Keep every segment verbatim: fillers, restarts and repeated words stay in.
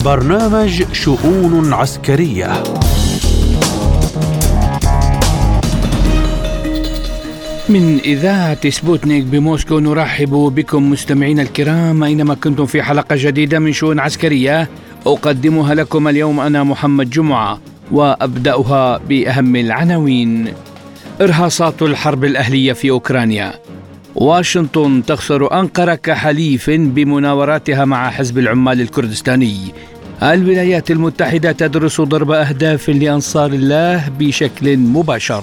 برنامج شؤون عسكرية. من إذاعة سبوتنيك بموسكو نرحب بكم مستمعين الكرام أينما كنتم في حلقة جديدة من شؤون عسكرية أقدمها لكم اليوم أنا محمد جمعة، وأبدأها بأهم العناوين. إرهاصات الحرب الأهلية في أوكرانيا. واشنطن تخسر أنقرة كحليف بمناوراتها مع حزب العمال الكردستاني. الولايات المتحدة تدرس ضرب أهداف لأنصار الله بشكل مباشر.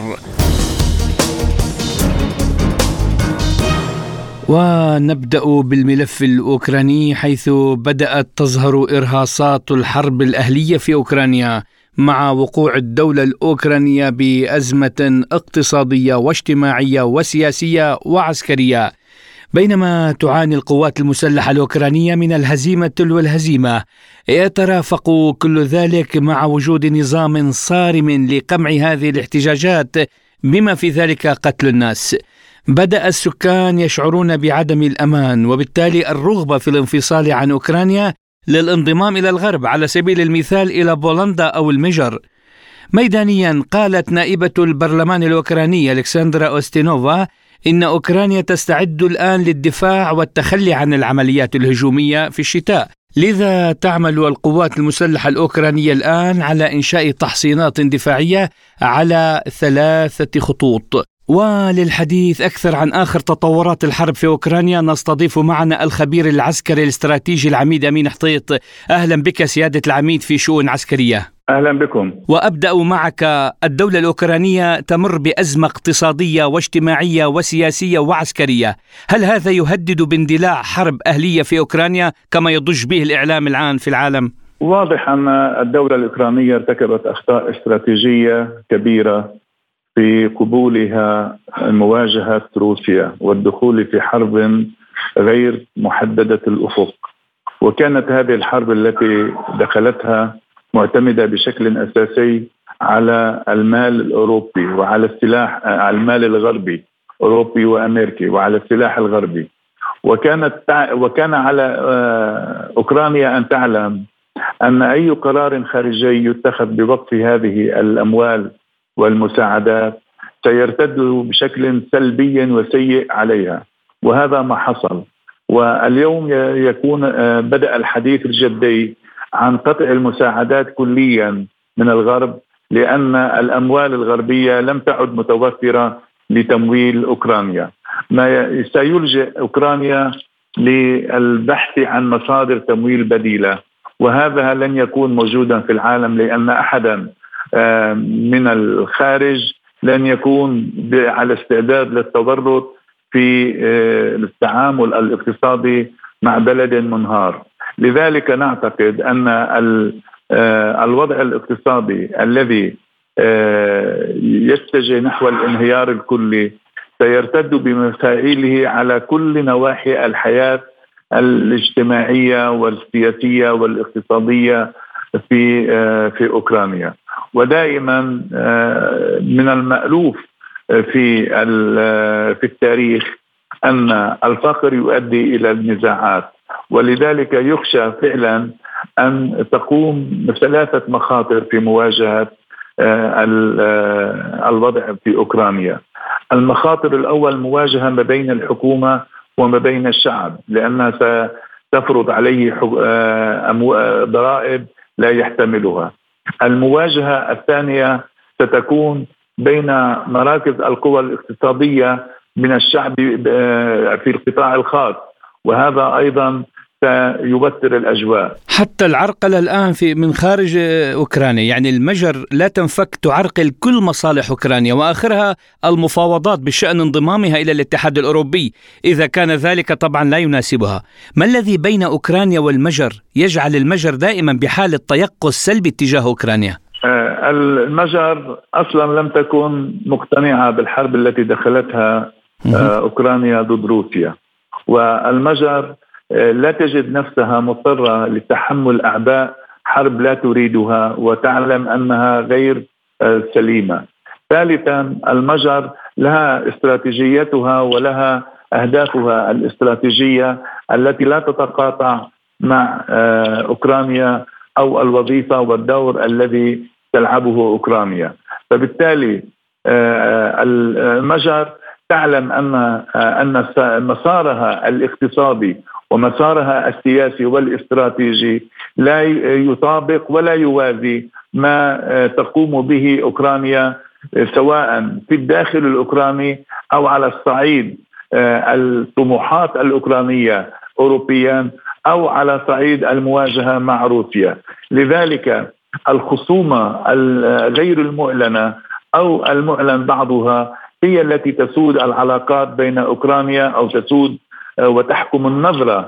ونبدأ بالملف الأوكراني، حيث بدأت تظهر إرهاصات الحرب الأهلية في أوكرانيا مع وقوع الدولة الأوكرانية بأزمة اقتصادية واجتماعية وسياسية وعسكرية، بينما تعاني القوات المسلحة الأوكرانية من الهزيمة تلو الهزيمة. يترافق كل ذلك مع وجود نظام صارم لقمع هذه الاحتجاجات، بما في ذلك قتل الناس. بدأ السكان يشعرون بعدم الأمان، وبالتالي الرغبة في الانفصال عن أوكرانيا للانضمام إلى الغرب، على سبيل المثال إلى بولندا أو المجر. ميدانيا، قالت نائبة البرلمان الأوكراني ألكسندرا أوستينوفا إن أوكرانيا تستعد الآن للدفاع والتخلي عن العمليات الهجومية في الشتاء، لذا تعمل القوات المسلحة الأوكرانية الآن على إنشاء تحصينات دفاعية على ثلاثة خطوط. وللحديث أكثر عن آخر تطورات الحرب في أوكرانيا نستضيف معنا الخبير العسكري الاستراتيجي العميد أمين حطيط. أهلا بك سيادة العميد في شؤون عسكرية. أهلا بكم. وأبدأ معك. الدولة الأوكرانية تمر بأزمة اقتصادية واجتماعية وسياسية وعسكرية، هل هذا يهدد باندلاع حرب أهلية في أوكرانيا كما يضج به الإعلام الآن في العالم؟ واضح أن الدولة الأوكرانية ارتكبت أخطاء استراتيجية كبيرة في قبولها مواجهة روسيا والدخول في حرب غير محددة الأفق. وكانت هذه الحرب التي دخلتها معتمدة بشكل أساسي على المال الأوروبي وعلى السلاح، على المال الغربي أوروبي وأمريكي، وعلى السلاح الغربي. وكانت وكان على أوكرانيا أن تعلم أن أي قرار خارجي يتخذ بوقف هذه الأموال والمساعدات سيرتد بشكل سلبي وسيء عليها، وهذا ما حصل. واليوم يكون بدأ الحديث الجدي عن قطع المساعدات كليا من الغرب، لأن الأموال الغربية لم تعد متوفرة لتمويل أوكرانيا، ما سيلجئ أوكرانيا للبحث عن مصادر تمويل بديلة، وهذا لن يكون موجودا في العالم، لأن أحدا من الخارج لن يكون على استعداد للتورط في التعامل الاقتصادي مع بلد منهار. لذلك نعتقد أن الوضع الاقتصادي الذي يتجه نحو الانهيار الكلي سيرتد بمفاعيله على كل نواحي الحياة الاجتماعية والسياسية والاقتصادية في في أوكرانيا. ودائما من المألوف في في التاريخ أن الفقر يؤدي إلى النزاعات، ولذلك يخشى فعلا أن تقوم ثلاثة مخاطر في مواجهة الوضع في أوكرانيا. المخاطر الأول مواجهة ما بين الحكومة وما بين الشعب، لأنها ستفرض عليه ضرائب لا يحتملها. المواجهة الثانية ستكون بين مراكز القوى الاقتصادية من الشعب في القطاع الخاص، وهذا أيضا سيوتر الأجواء. حتى العرقلة الآن في من خارج أوكرانيا، يعني المجر لا تنفك، تعرقل كل مصالح أوكرانيا، وآخرها المفاوضات بشأن انضمامها إلى الاتحاد الأوروبي، إذا كان ذلك طبعا لا يناسبها. ما الذي بين أوكرانيا والمجر يجعل المجر دائما بحالة تيقظ سلبي تجاه أوكرانيا؟ المجر أصلا لم تكن مقتنعة بالحرب التي دخلتها أوكرانيا ضد روسيا، والمجر لا تجد نفسها مضطرة لتحمل أعباء حرب لا تريدها وتعلم أنها غير سليمة. ثالثا، المجر لها استراتيجيتها ولها أهدافها الاستراتيجية التي لا تتقاطع مع أوكرانيا أو الوظيفة والدور الذي تلعبه أوكرانيا. فبالتالي المجر تعلم أن أن مسارها الاقتصادي ومسارها السياسي والاستراتيجي لا يطابق ولا يوازي ما تقوم به أوكرانيا، سواء في الداخل الأوكراني أو على الصعيد الطموحات الأوكرانية أوروبيا أو على صعيد المواجهة مع روسيا. لذلك الخصومة غير المعلنة أو المعلن بعضها هي التي تسود العلاقات بين أوكرانيا أو تسود وتحكم النظرة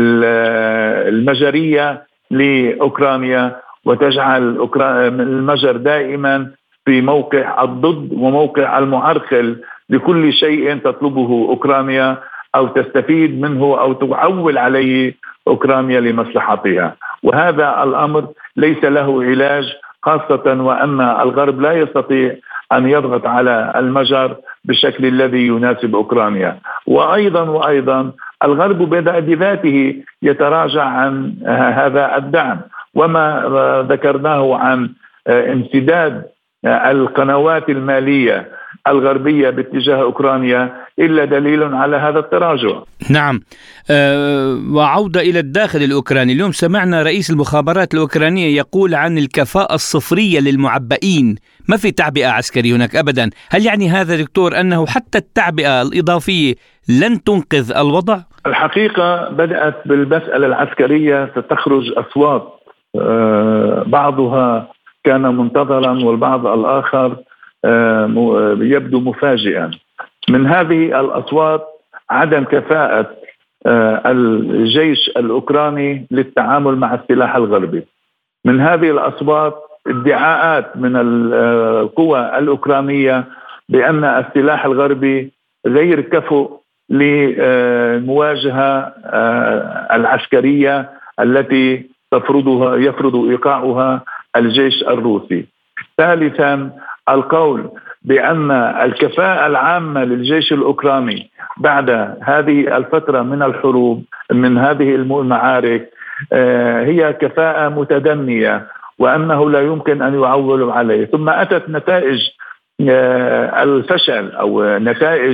المجرية لأوكرانيا، وتجعل المجر دائما في موقع الضد وموقع المعرقل لكل شيء تطلبه أوكرانيا أو تستفيد منه أو تعول عليه أوكرانيا لمصلحتها. وهذا الأمر ليس له علاج، خاصة وأن الغرب لا يستطيع أن يضغط على المجر بالشكل الذي يناسب أوكرانيا. وأيضا وأيضا الغرب بذاته يتراجع عن هذا الدعم، وما ذكرناه عن امتداد القنوات المالية الغربية باتجاه أوكرانيا إلا دليل على هذا التراجع. نعم. أه وعودة إلى الداخل الأوكراني، اليوم سمعنا رئيس المخابرات الأوكرانية يقول عن الكفاءة الصفرية للمعبئين، ما في تعبئة عسكرية هناك أبدا. هل يعني هذا دكتور أنه حتى التعبئة الإضافية لن تنقذ الوضع؟ الحقيقة بدأت بالمسألة العسكرية ستخرج أصوات، أه بعضها كان منتظرا والبعض الآخر يبدو مفاجئا. من هذه الأصوات عدم كفاءة الجيش الأوكراني للتعامل مع السلاح الغربي. من هذه الأصوات ادعاءات من القوى الأوكرانية بأن السلاح الغربي غير كفؤ للمواجهة العسكرية التي تفرضها يفرض إيقاعها الجيش الروسي. ثالثا القول بأن الكفاءة العامة للجيش الأوكراني بعد هذه الفترة من الحروب من هذه المعارك هي كفاءة متدنية، وأنه لا يمكن أن يعولوا عليه. ثم أتت نتائج الفشل أو نتائج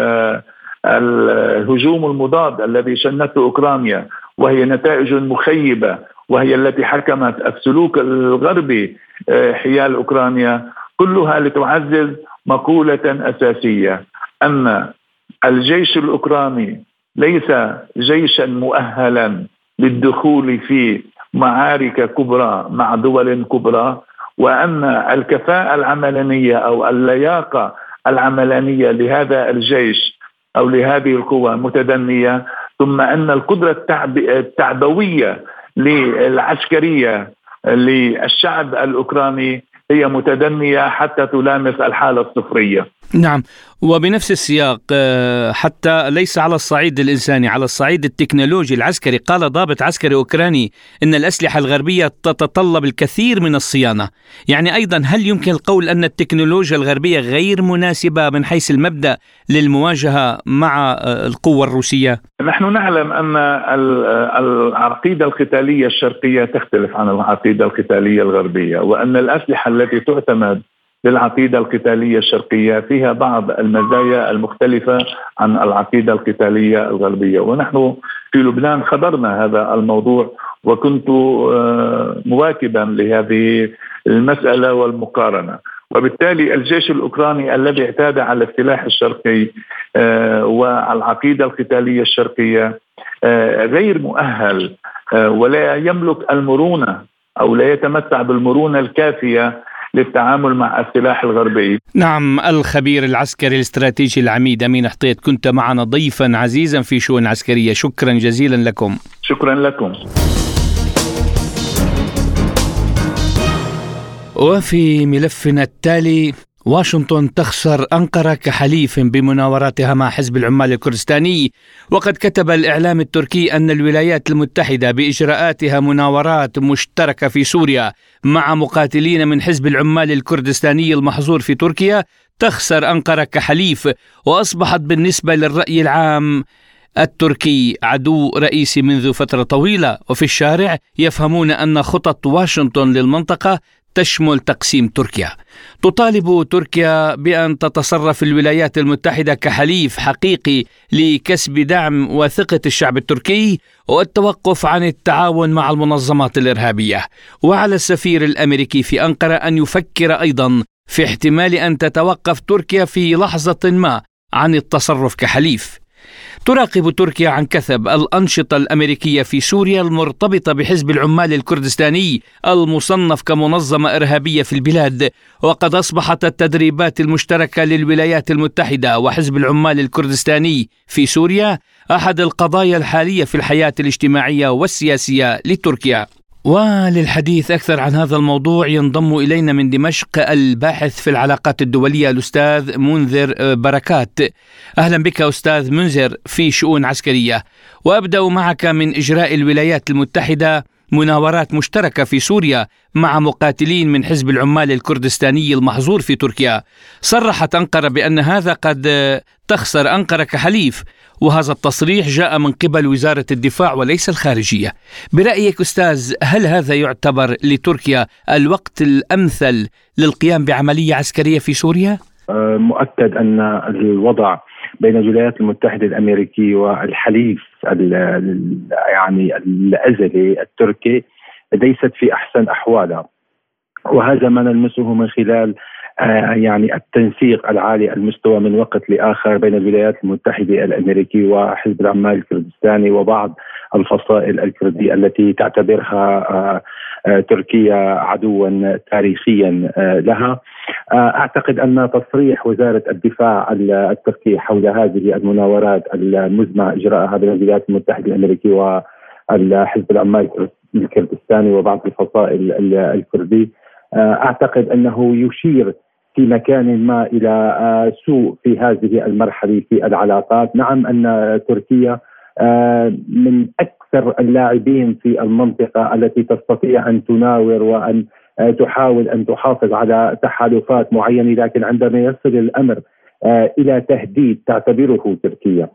الهجوم المضاد الذي شنته أوكرانيا، وهي نتائج مخيبة، وهي التي حكمت السلوك الغربي حيال أوكرانيا، كلها لتعزز مقولة أساسية أن الجيش الأوكراني ليس جيشا مؤهلا للدخول في معارك كبرى مع دول كبرى، وأن الكفاءة العملانية أو اللياقة العملانية لهذا الجيش أو لهذه القوى متدنية، ثم أن القدرة التعبوية للعسكرية للشعب الأوكراني هي متدنية حتى تلامس الحالة الصفرية. نعم. وبنفس السياق حتى ليس على الصعيد الإنساني، على الصعيد التكنولوجي العسكري، قال ضابط عسكري أوكراني إن الأسلحة الغربية تتطلب الكثير من الصيانة. يعني أيضا هل يمكن القول أن التكنولوجيا الغربية غير مناسبة من حيث المبدأ للمواجهة مع القوة الروسية؟ نحن نعلم أن العقيدة القتالية الشرقية تختلف عن العقيدة القتالية الغربية، وأن الأسلحة التي تعتمد للعقيدة القتالية الشرقية فيها بعض المزايا المختلفة عن العقيدة القتالية الغربية. ونحن في لبنان خبرنا هذا الموضوع، وكنت مواكبا لهذه المسألة والمقارنة. وبالتالي الجيش الأوكراني الذي اعتاد على السلاح الشرقي والعقيدة القتالية الشرقية غير مؤهل ولا يملك المرونة أو لا يتمتع بالمرونة الكافية للتعامل مع السلاح الغربي. نعم. الخبير العسكري الاستراتيجي العميد أمين حطيت، كنت معنا ضيفا عزيزا في شؤون عسكرية، شكرا جزيلا لكم. شكرا لكم. وفي ملفنا التالي، واشنطن تخسر أنقرة كحليف بمناوراتها مع حزب العمال الكردستاني. وقد كتب الإعلام التركي أن الولايات المتحدة بإجراءاتها مناورات مشتركة في سوريا مع مقاتلين من حزب العمال الكردستاني المحظور في تركيا تخسر أنقرة كحليف، وأصبحت بالنسبة للرأي العام التركي عدو رئيسي منذ فترة طويلة، وفي الشارع يفهمون أن خطط واشنطن للمنطقة تشمل تقسيم تركيا. تطالب تركيا بأن تتصرف الولايات المتحدة كحليف حقيقي لكسب دعم وثقة الشعب التركي والتوقف عن التعاون مع المنظمات الإرهابية. وعلى السفير الأمريكي في أنقرة أن يفكر أيضا في احتمال أن تتوقف تركيا في لحظة ما عن التصرف كحليف. تراقب تركيا عن كثب الأنشطة الأمريكية في سوريا المرتبطة بحزب العمال الكردستاني المصنف كمنظمة إرهابية في البلاد، وقد أصبحت التدريبات المشتركة للولايات المتحدة وحزب العمال الكردستاني في سوريا أحد القضايا الحالية في الحياة الاجتماعية والسياسية لتركيا. وللحديث أكثر عن هذا الموضوع ينضم إلينا من دمشق الباحث في العلاقات الدولية الأستاذ منذر بركات. أهلا بك أستاذ منذر في شؤون عسكرية. وأبدأ معك من إجراء الولايات المتحدة مناورات مشتركة في سوريا مع مقاتلين من حزب العمال الكردستاني المحظور في تركيا. صرحت أنقرة بأن هذا قد تخسر أنقرة كحليف، وهذا التصريح جاء من قبل وزارة الدفاع وليس الخارجية. برأيك أستاذ، هل هذا يعتبر لتركيا الوقت الأمثل للقيام بعملية عسكرية في سوريا؟ مؤكد أن الوضع بين الولايات المتحدة الأمريكية والحليف يعني الأزلي التركي ليست في أحسن أحوالها، وهذا ما نلمسه من خلال يعني التنسيق العالي المستوى من وقت لآخر بين الولايات المتحدة الأمريكية وحزب العمال الكردستاني وبعض الفصائل الكردية التي تعتبرها تركيا عدوا تاريخيا لها. أعتقد أن تصريح وزارة الدفاع التركي حول هذه المناورات المزمع إجراءها بين الولايات المتحدة الأمريكية وحزب العمال الكردستاني وبعض الفصائل الكردية أعتقد أنه يشير في مكان ما إلى سوء في هذه المرحلة في العلاقات. نعم أن تركيا من أكثر اللاعبين في المنطقة التي تستطيع أن تناور وأن تحاول أن تحافظ على تحالفات معينة، لكن عندما يصل الأمر إلى تهديد تعتبره تركيا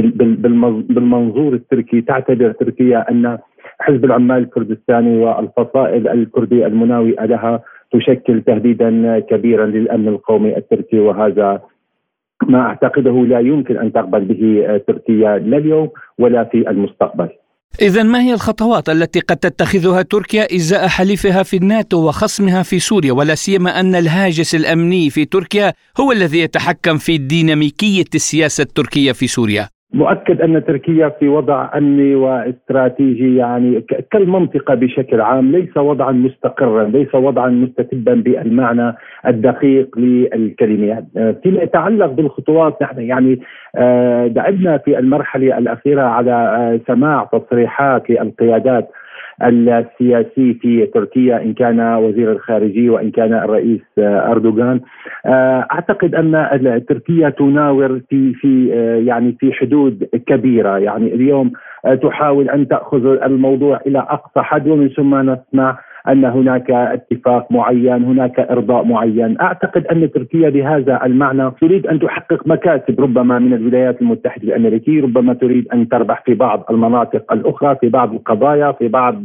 بالمنظور التركي، تعتبر تركيا أن حزب العمال الكردستاني والفصائل الكردية المناوئة لها تشكل تهديدا كبيرا للأمن القومي التركي، وهذا ما أعتقده لا يمكن أن تقبل به تركيا لا اليوم ولا في المستقبل. إذن ما هي الخطوات التي قد تتخذها تركيا إزاء حليفها في الناتو وخصمها في سوريا، ولا سيما أن الهاجس الأمني في تركيا هو الذي يتحكم في ديناميكية السياسة التركية في سوريا؟ مؤكد أن تركيا في وضع أمني واستراتيجي يعني كالمنطقة بشكل عام، ليس وضعا مستقرا، ليس وضعا مستتبا بالمعنى الدقيق للكلمة. فيما يتعلق بالخطوات، نحن يعني دعبنا في المرحلة الأخيرة على سماع تصريحات للقيادات السياسي في تركيا، إن كان وزير الخارجية وإن كان الرئيس أردوغان. أعتقد أن تركيا تناور في في يعني في حدود كبيرة، يعني اليوم تحاول أن تأخذ الموضوع إلى أقصى حد، ومن ثم نسمع أن هناك اتفاق معين، هناك إرضاء معين. أعتقد أن تركيا بهذا المعنى تريد أن تحقق مكاسب ربما من الولايات المتحدة الأمريكية، ربما تريد أن تربح في بعض المناطق الأخرى، في بعض القضايا، في بعض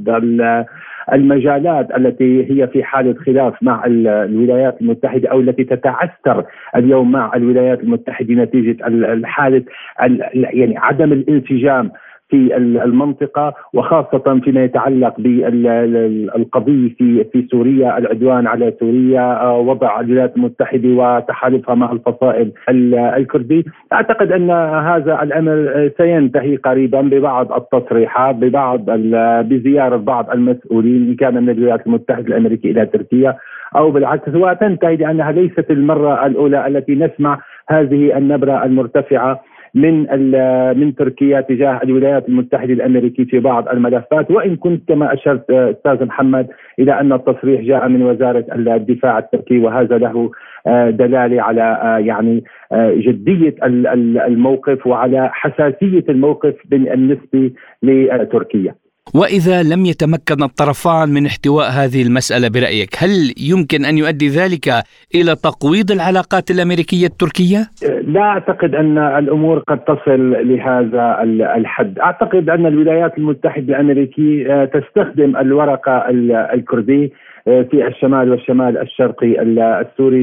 المجالات التي هي في حالة خلاف مع الولايات المتحدة أو التي تتعثر اليوم مع الولايات المتحدة نتيجة الحالة يعني عدم الانسجام في المنطقة، وخاصة فيما يتعلق بالقضية في في سوريا، العدوان على سوريا، وضع الولايات المتحدة وتحالفها مع الفصائل الكردية. أعتقد أن هذا الأمر سينتهي قريبا ببعض التصريحات، ببعض بزيارة بعض المسؤولين إن كان من الولايات المتحدة الأمريكية إلى تركيا أو بالعكس، وتنتهي لأنها ليست المرة الأولى التي نسمع هذه النبرة المرتفعة من من تركيا تجاه الولايات المتحدة الأمريكية في بعض الملفات. وإن كنت كما أشرت أستاذ محمد إلى أن التصريح جاء من وزارة الدفاع التركي، وهذا له دلالة على يعني جدية الموقف وعلى حساسية الموقف بالنسبة لتركيا. وإذا لم يتمكن الطرفان من احتواء هذه المسألة برأيك، هل يمكن أن يؤدي ذلك إلى تقويض العلاقات الأمريكية التركية؟ لا أعتقد أن الأمور قد تصل لهذا الحد. أعتقد أن الولايات المتحدة الأمريكية تستخدم الورقة الكردي في الشمال والشمال الشرقي السوري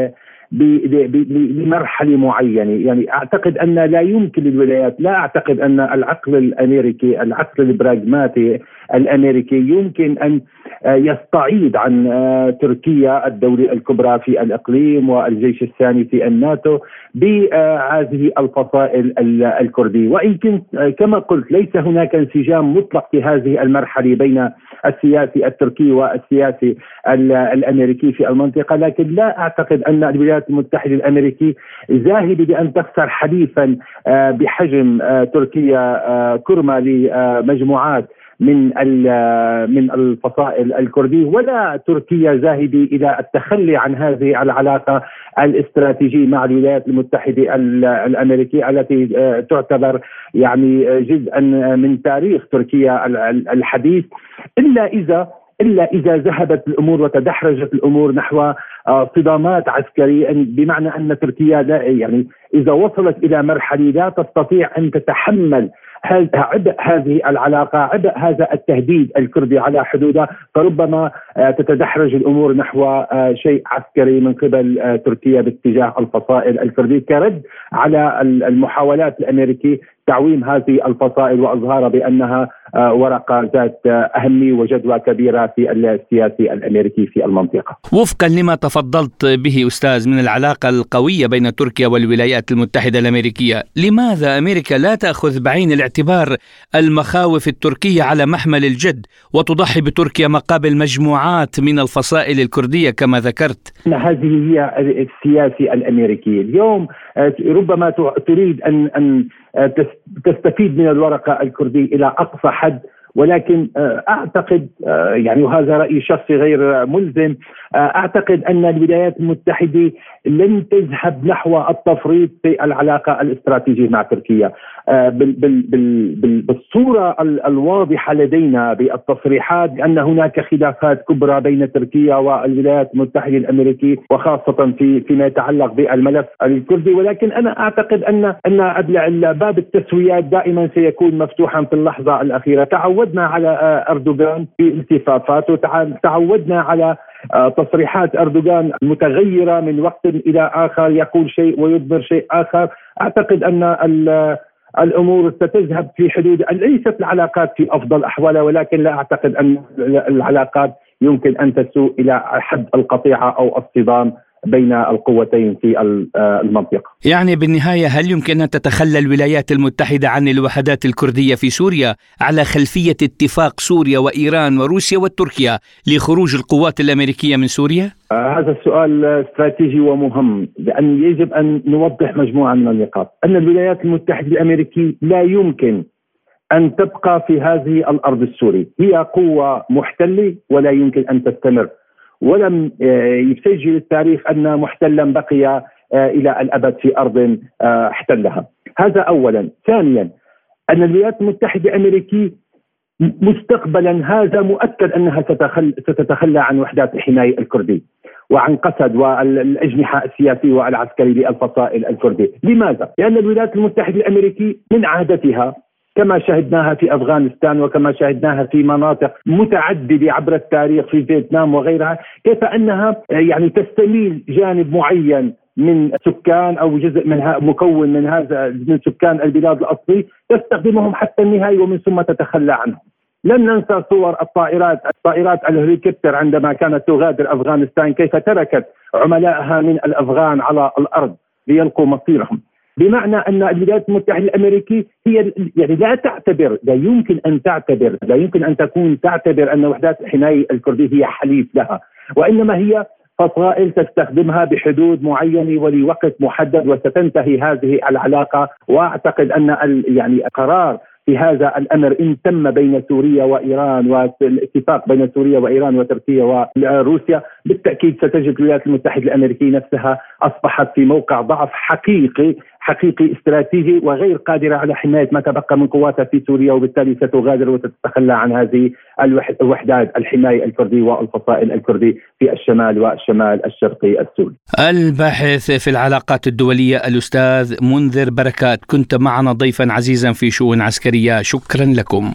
بمرحلة معينة. يعني أعتقد أن لا يمكن للولايات، لا أعتقد أن العقل الأمريكي، العقل البراغماتي الأمريكي يمكن أن يستعيد عن تركيا الدولة الكبرى في الإقليم والجيش الثاني في الناتو بهذه الفصائل الكردية. وإن كنت كما قلت ليس هناك انسجام مطلق في هذه المرحلة بين السياسي التركي والسياسي الأمريكي في المنطقة، لكن لا أعتقد أن الولايات المتحدة الأمريكية ذاهبة بأن تخسر حليفا بحجم تركيا كرمة لمجموعات من من الفصائل الكردية، ولا تركيا ذاهبة إلى التخلي عن هذه العلاقة الاستراتيجية مع الولايات المتحدة الأمريكية التي تعتبر يعني جزءا من تاريخ تركيا الحديث، إلا إذا إلا إذا ذهبت الأمور وتدحرجت الأمور نحو صدامات عسكرية، بمعنى أن تركيا لا يعني إذا وصلت إلى مرحلة لا تستطيع أن تتحمل عبء هذه العلاقة، عبء هذا التهديد الكردي على حدودها، فربما تتدحرج الأمور نحو شيء عسكري من قبل تركيا باتجاه الفصائل الكردية كرد على المحاولات الأمريكية تعويم هذه الفصائل وأظهارها بأنها ورقة ذات أهمية وجدوى كبيرة في السياسي الأمريكي في المنطقة. وفقا لما تفضلت به أستاذ من العلاقة القوية بين تركيا والولايات المتحدة الأمريكية، لماذا أمريكا لا تأخذ بعين الاعتبار المخاوف التركية على محمل الجد وتضحي بتركيا مقابل مجموعات من الفصائل الكردية كما ذكرت؟ هذه هي السياسي الأمريكي اليوم. ربما تريد أن أن تستفيد من الورقة الكردية إلى أقصى حد، ولكن أعتقد يعني وهذا رأي شخصي غير ملزم، أعتقد أن الولايات المتحدة لن تذهب نحو التفريط في العلاقة الاستراتيجية مع تركيا بالصورة الواضحة لدينا بالتصريحات بأن هناك خلافات كبرى بين تركيا والولايات المتحدة الأمريكية، وخاصة في فيما يتعلق بالملف الكردي. ولكن أنا أعتقد أن أن باب التسويات دائما سيكون مفتوحا في اللحظة الأخيرة. تعودنا على أردوغان في التفافات، وتعودنا على تصريحات أردوغان متغيرة من وقت إلى آخر، يقول شيء ويضمر شيء آخر. أعتقد أن الأمور ستذهب في حدود، ليست العلاقات في أفضل أحوالها، ولكن لا أعتقد أن العلاقات يمكن أن تسوء إلى حد القطيعة أو الصدام بين القوتين في المنطقة. يعني بالنهاية هل يمكن أن تتخلى الولايات المتحدة عن الوحدات الكردية في سوريا على خلفية اتفاق سوريا وإيران وروسيا وتركيا لخروج القوات الأمريكية من سوريا؟ آه هذا السؤال استراتيجي ومهم، لأن يجب أن نوضح مجموعة من النقاط. أن الولايات المتحدة الأمريكية لا يمكن أن تبقى في هذه الأرض السورية، هي قوة محتلة ولا يمكن أن تستمر، ولم يسجل التاريخ أن محتلا بقي إلى الأبد في أرض احتلها. هذا أولا. ثانيا، أن الولايات المتحدة الأمريكية مستقبلا هذا مؤكد أنها ستتخلى عن وحدات الحماية الكردية وعن قسد والأجنحة السياسية والعسكرية للفصائل الكردية. لماذا؟ لأن الولايات المتحدة الأمريكية من عادتها، كما شاهدناها في أفغانستان وكما شاهدناها في مناطق متعددة عبر التاريخ في فيتنام وغيرها، كيف أنها يعني تستميل جانب معين من سكان أو جزء منها مكون من هذا من سكان البلاد الأصلي، تستخدمهم حتى النهاية ومن ثم تتخلى عنهم. لن ننسى صور الطائرات الطائرات الهليكوبتر عندما كانت تغادر أفغانستان، كيف تركت عملائها من الأفغان على الأرض ليلقوا مصيرهم. بمعنى أن الولايات المتحدة الأمريكية هي يعني لا تعتبر، لا يمكن أن تعتبر، لا يمكن أن تكون تعتبر أن وحدات الحماية الكردية هي حليف لها، وإنما هي فصائل تستخدمها بحدود معينة ولوقت محدد، وستنتهي هذه العلاقة. وأعتقد أن يعني قرار في هذا الأمر إن تم بين سوريا وإيران، والاتفاق بين سوريا وإيران وتركيا وروسيا، بالتأكيد ستجد الولايات المتحدة الأمريكية نفسها أصبحت في موقع ضعف حقيقي حقيقي استراتيجي وغير قادرة على حماية ما تبقى من قواتها في سوريا، وبالتالي ستغادر وتتخلى عن هذه الوحدات الحماية الكردي والفصائل الكردي في الشمال والشمال الشرقي السوري. الباحث في العلاقات الدولية الأستاذ منذر بركات، كنت معنا ضيفا عزيزا في شؤون عسكرية، شكرا لكم.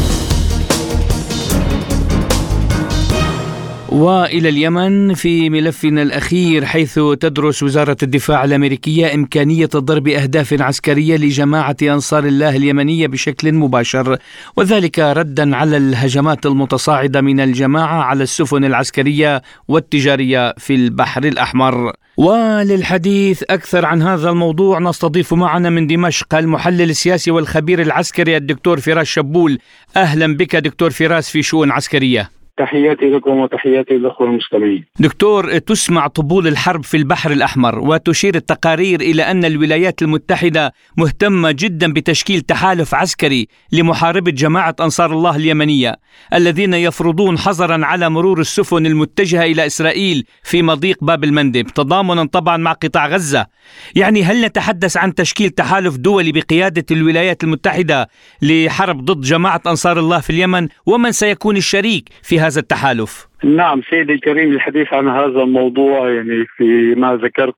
وإلى اليمن في ملفنا الأخير، حيث تدرس وزارة الدفاع الأمريكية إمكانية ضرب أهداف عسكرية لجماعة أنصار الله اليمنية بشكل مباشر، وذلك ردا على الهجمات المتصاعدة من الجماعة على السفن العسكرية والتجارية في البحر الأحمر. وللحديث أكثر عن هذا الموضوع نستضيف معنا من دمشق المحلل السياسي والخبير العسكري الدكتور فراس شبول. أهلا بك دكتور فراس في شؤون عسكرية. تحياتي لكم وتحياتي للأخوة المستمعين. دكتور، تسمع طبول الحرب في البحر الأحمر، وتشير التقارير إلى أن الولايات المتحدة مهتمة جدا بتشكيل تحالف عسكري لمحاربة جماعة أنصار الله اليمنية الذين يفرضون حظرا على مرور السفن المتجهة إلى إسرائيل في مضيق باب المندب، تضامنا طبعا مع قطاع غزة. يعني هل نتحدث عن تشكيل تحالف دولي بقيادة الولايات المتحدة لحرب ضد جماعة أنصار الله في اليمن؟ ومن سيكون الشريك في هذا التحالف؟ نعم سيدي الكريم، الحديث عن هذا الموضوع يعني في ما ذكرت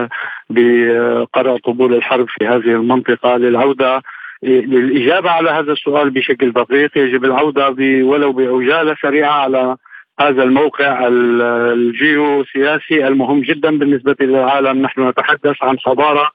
بقرأ طبول الحرب في هذه المنطقة. للعودة للإجابة على هذا السؤال بشكل دقيق يجب العودة ولو بعجالة سريعة على هذا الموقع الجيوسياسي المهم جدا بالنسبة للعالم. نحن نتحدث عن حضارة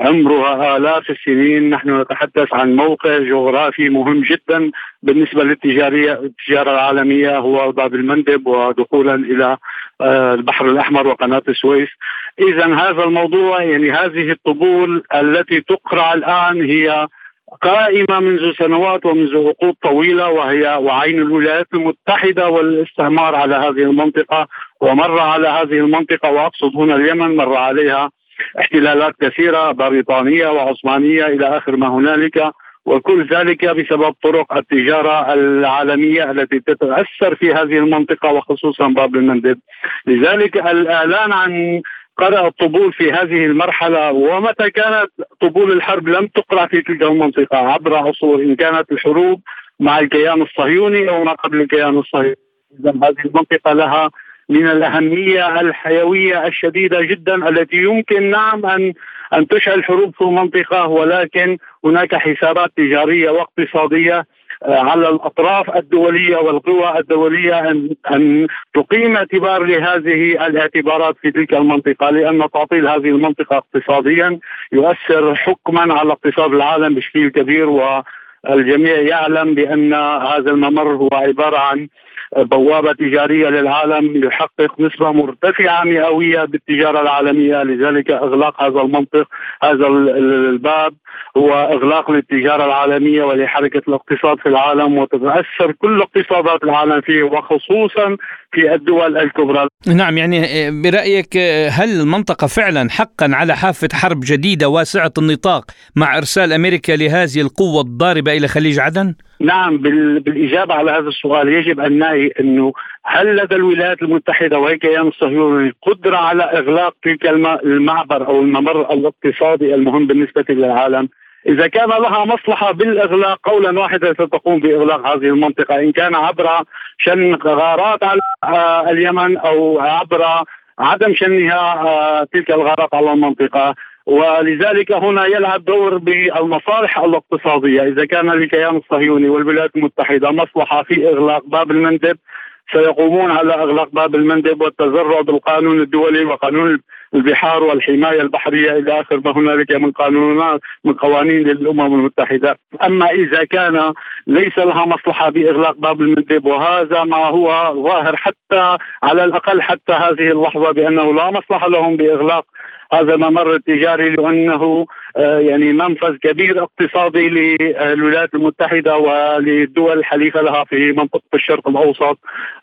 عمرها آلاف السنين، نحن نتحدث عن موقع جغرافي مهم جدا بالنسبة للتجارية التجارة العالمية، هو باب المندب ودخولا إلى البحر الأحمر وقناة السويس. إذا هذا الموضوع يعني هذه الطبول التي تقرأ الآن هي قائمة منذ سنوات ومنذ عقود طويلة، وهي وعين الولايات المتحدة والاستعمار على هذه المنطقة، ومر على هذه المنطقة وأقصد هنا اليمن مر عليها احتلالات كثيرة بريطانية وعثمانية إلى آخر ما هنالك، وكل ذلك بسبب طرق التجارة العالمية التي تتأثر في هذه المنطقة وخصوصا باب المندب. لذلك الإعلان عن قرأ الطبول في هذه المرحلة، ومتى كانت طبول الحرب لم تقرأ في تلك المنطقة عبر عصور، إن كانت الحروب مع الكيان الصهيوني أو ما قبل الكيان الصهيوني. إذا هذه المنطقة لها من الأهمية الحيوية الشديدة جدا التي يمكن نعم أن أن تشعل حروب في المنطقة، ولكن هناك حسابات تجارية واقتصادية على الأطراف الدولية والقوى الدولية أن أن تقيم اعتبار لهذه الاعتبارات في تلك المنطقة، لأن تعطيل هذه المنطقة اقتصاديا يؤثر حكما على اقتصاد العالم بشكل كبير. والجميع يعلم بأن هذا الممر هو عبارة عن بوابة تجارية للعالم يحقق نسبة مرتفعة مئوية بالتجارة العالمية. لذلك إغلاق هذا المنطق هذا الباب هو إغلاق للتجارة العالمية ولحركة الاقتصاد في العالم، وتتأثر كل اقتصادات العالم فيه وخصوصا في الدول الكبرى. نعم، يعني برأيك هل المنطقة فعلا حقا على حافة حرب جديدة واسعة النطاق مع إرسال أمريكا لهذه القوة الضاربة إلى خليج عدن؟ نعم، بالإجابة على هذا السؤال يجب أن نعي أنه هل لدى الولايات المتحدة والكيان الصهيوني قدرة على إغلاق تلك المعبر أو الممر الاقتصادي المهم بالنسبة للعالم؟ إذا كان لها مصلحة بالإغلاق قولا واحدا ستقوم بإغلاق هذه المنطقة، إن كان عبر شن غارات على اليمن أو عبر عدم شنها تلك الغارات على المنطقة. ولذلك هنا يلعب دور بالمصالح الاقتصادية. إذا كان الكيان الصهيوني والولايات المتحدة مصلحة في إغلاق باب المندب سيقومون على إغلاق باب المندب والتزرع بالقانون الدولي وقانون البحار والحماية البحرية إلى آخر ما هنالك من قانونات من قوانين للأمم المتحدة. أما إذا كان ليس لها مصلحة بإغلاق باب المندب، وهذا ما هو ظاهر حتى على الأقل حتى هذه اللحظة بأنه لا مصلحة لهم بإغلاق هذا الممر التجاري، لأنه يعني منفذ كبير اقتصادي للولايات المتحدة وللدول الحليفة لها في منطقة الشرق الأوسط،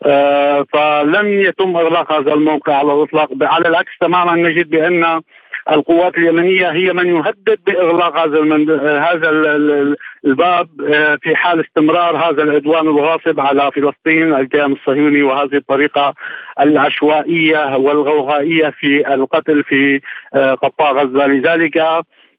فلن يتم إغلاق هذا الموقع على الإطلاق. على العكس تماما نجد بأن القوات اليمنية هي من يهدد بإغلاق هذا هذا الباب في حال استمرار هذا العدوان الغاصب على فلسطين الكيان الصهيوني، وهذه الطريقة العشوائية والغوغائية في القتل في قطاع غزة. لذلك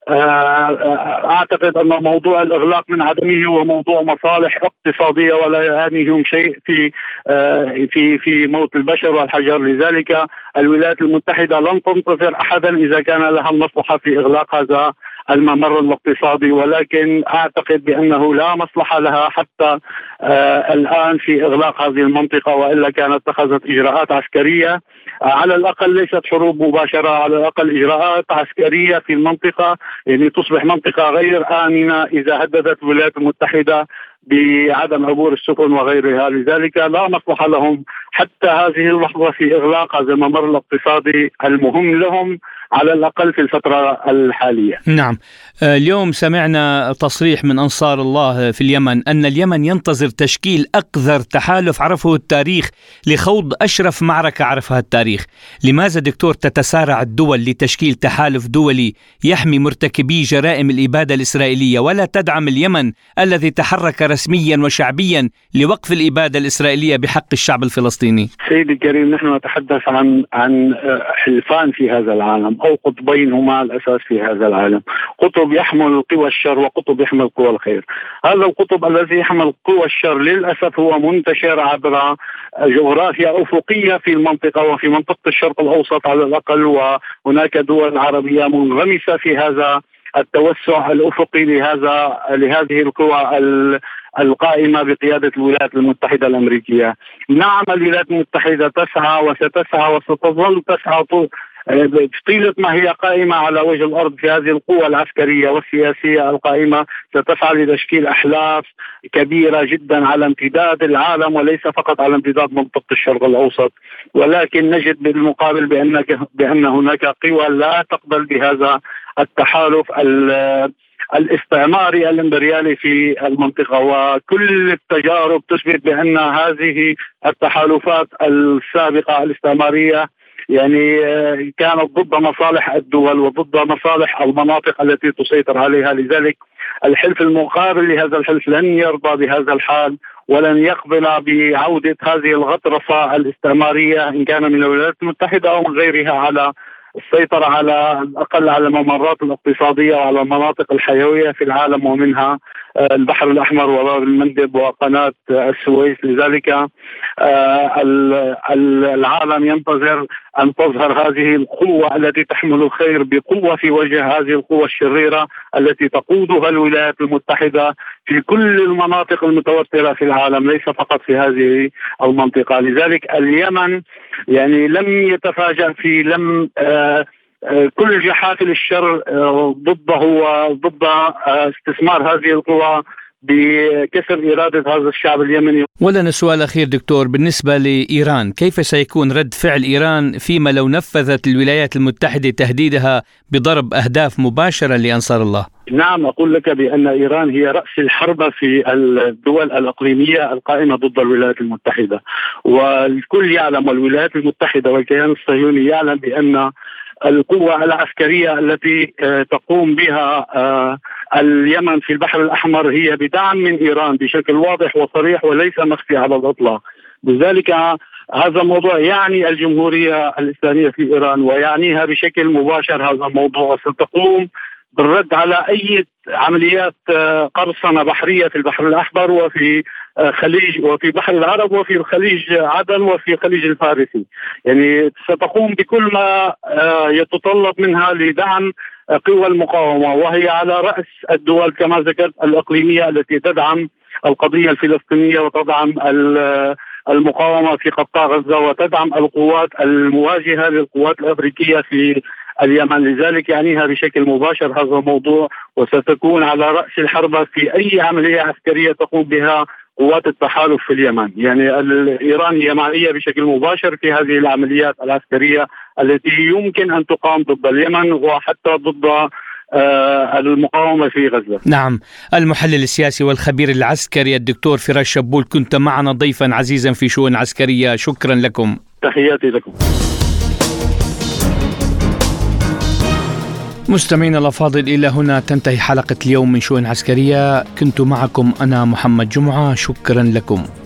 أعتقد أن موضوع الإغلاق من عدمه هو موضوع مصالح اقتصادية ولا يعنيهم شيء في في في موت البشر والحجر. لذلك الولايات المتحدة لن تنتظر أحدا إذا كان لها المصلحة في إغلاق هذا الممر الاقتصادي، ولكن أعتقد بأنه لا مصلحة لها حتى آه الآن في إغلاق هذه المنطقة، وإلا كانت اتخذت إجراءات عسكرية، آه على الأقل ليست حروب مباشرة، على الأقل إجراءات عسكرية في المنطقة، يعني تصبح منطقة غير آمنة إذا هددت الولايات المتحدة بعدم عبور السفن وغيرها. لذلك لا مصلحة لهم حتى هذه اللحظة في إغلاق هذا الممر الاقتصادي المهم لهم على الأقل في الفترة الحالية. نعم، اليوم سمعنا تصريح من أنصار الله في اليمن أن اليمن ينتظر تشكيل أقذر تحالف عرفه التاريخ لخوض أشرف معركة عرفها التاريخ. لماذا دكتور تتسارع الدول لتشكيل تحالف دولي يحمي مرتكبي جرائم الإبادة الإسرائيلية ولا تدعم اليمن الذي تحرك رسميا وشعبيا لوقف الإبادة الإسرائيلية بحق الشعب الفلسطيني؟ سيدي الكريم، نحن نتحدث عن عن حلفان في هذا العالم أو قطبين هما الأساس في هذا العالم، قطب يحمل قوى الشر وقطب يحمل قوى الخير. هذا القطب الذي يحمل قوى الشر للأسف هو منتشر عبر جغرافيا أفقية في المنطقة وفي منطقة الشرق الأوسط على الأقل، وهناك دول عربية منغمسة في هذا التوسع الأفقي لهذا لهذه القوى القائمة بقيادة الولايات المتحدة الأمريكية. نعم، الولايات المتحدة تسعى وستسعى وستظل تسعى طيلة ما هي قائمة على وجه الأرض في هذه القوى العسكرية والسياسية القائمة، ستسعى لتشكيل أحلاف كبيرة جدا على امتداد العالم وليس فقط على امتداد منطقة الشرق الأوسط، ولكن نجد بالمقابل بأن بأن هناك قوى لا تقبل بهذا التحالف الاستعماري الامبريالي في المنطقة. وكل التجارب تثبت بأن هذه التحالفات السابقة الاستعمارية يعني كانت ضد مصالح الدول وضد مصالح المناطق التي تسيطر عليها. لذلك الحلف المقابل لهذا الحلف لن يرضى بهذا الحال ولن يقبل بعودة هذه الغطرسة الاستعمارية إن كان من الولايات المتحدة أو من غيرها على السيطرة على الأقل على الممرات الاقتصادية وعلى المناطق الحيوية في العالم، ومنها البحر الأحمر وباب المندب وقناة السويس. لذلك العالم ينتظر أن تظهر هذه القوة التي تحمل الخير بقوة في وجه هذه القوة الشريرة التي تقودها الولايات المتحدة في كل المناطق المتوترة في العالم، ليس فقط في هذه المنطقة. لذلك اليمن يعني لم يتفاجأ في لم آه كل جحافل الشر ضده وضد استثمار هذه القوى بكسر إرادة هذا الشعب اليمني. ولنا سؤال أخير دكتور، بالنسبة لإيران، كيف سيكون رد فعل إيران فيما لو نفذت الولايات المتحدة تهديدها بضرب أهداف مباشرة لأنصار الله؟ نعم، أقول لك بأن إيران هي رأس الحرب في الدول الإقليمية القائمة ضد الولايات المتحدة، والكل يعلم، والولايات المتحدة والكيان الصهيوني يعلم بأن القوة العسكرية التي تقوم بها اليمن في البحر الأحمر هي بدعم من إيران بشكل واضح وصريح وليس مخفي على الإطلاق. لذلك هذا الموضوع يعني الجمهورية الإسلامية في إيران ويعنيها بشكل مباشر. هذا الموضوع ستقوم بالرد على أي عمليات قرصنة بحرية في البحر الأحمر وفي خليج وفي بحر العرب وفي خليج عدن وفي خليج الفارسي. يعني ستقوم بكل ما يتطلب منها لدعم قوى المقاومة، وهي على رأس الدول كما ذكرت الإقليمية التي تدعم القضية الفلسطينية وتدعم المقاومة في قطاع غزة وتدعم القوات المواجهة للقوات الأمريكية في اليمن. لذلك يعنيها بشكل مباشر هذا الموضوع، وستكون على رأس الحرب في أي عملية عسكرية تقوم بها قوات التحالف في اليمن. يعني إيران هي معنية بشكل مباشر في هذه العمليات العسكرية التي يمكن أن تقام ضد اليمن وحتى ضد المقاومة في غزة. نعم، المحلل السياسي والخبير العسكري الدكتور فراس شبول، كنت معنا ضيفا عزيزا في شؤون عسكرية، شكرا لكم. تحياتي لكم. مستمعينا الأفاضل، إلى هنا تنتهي حلقة اليوم من شؤون عسكرية، كنت معكم أنا محمد جمعة، شكرا لكم.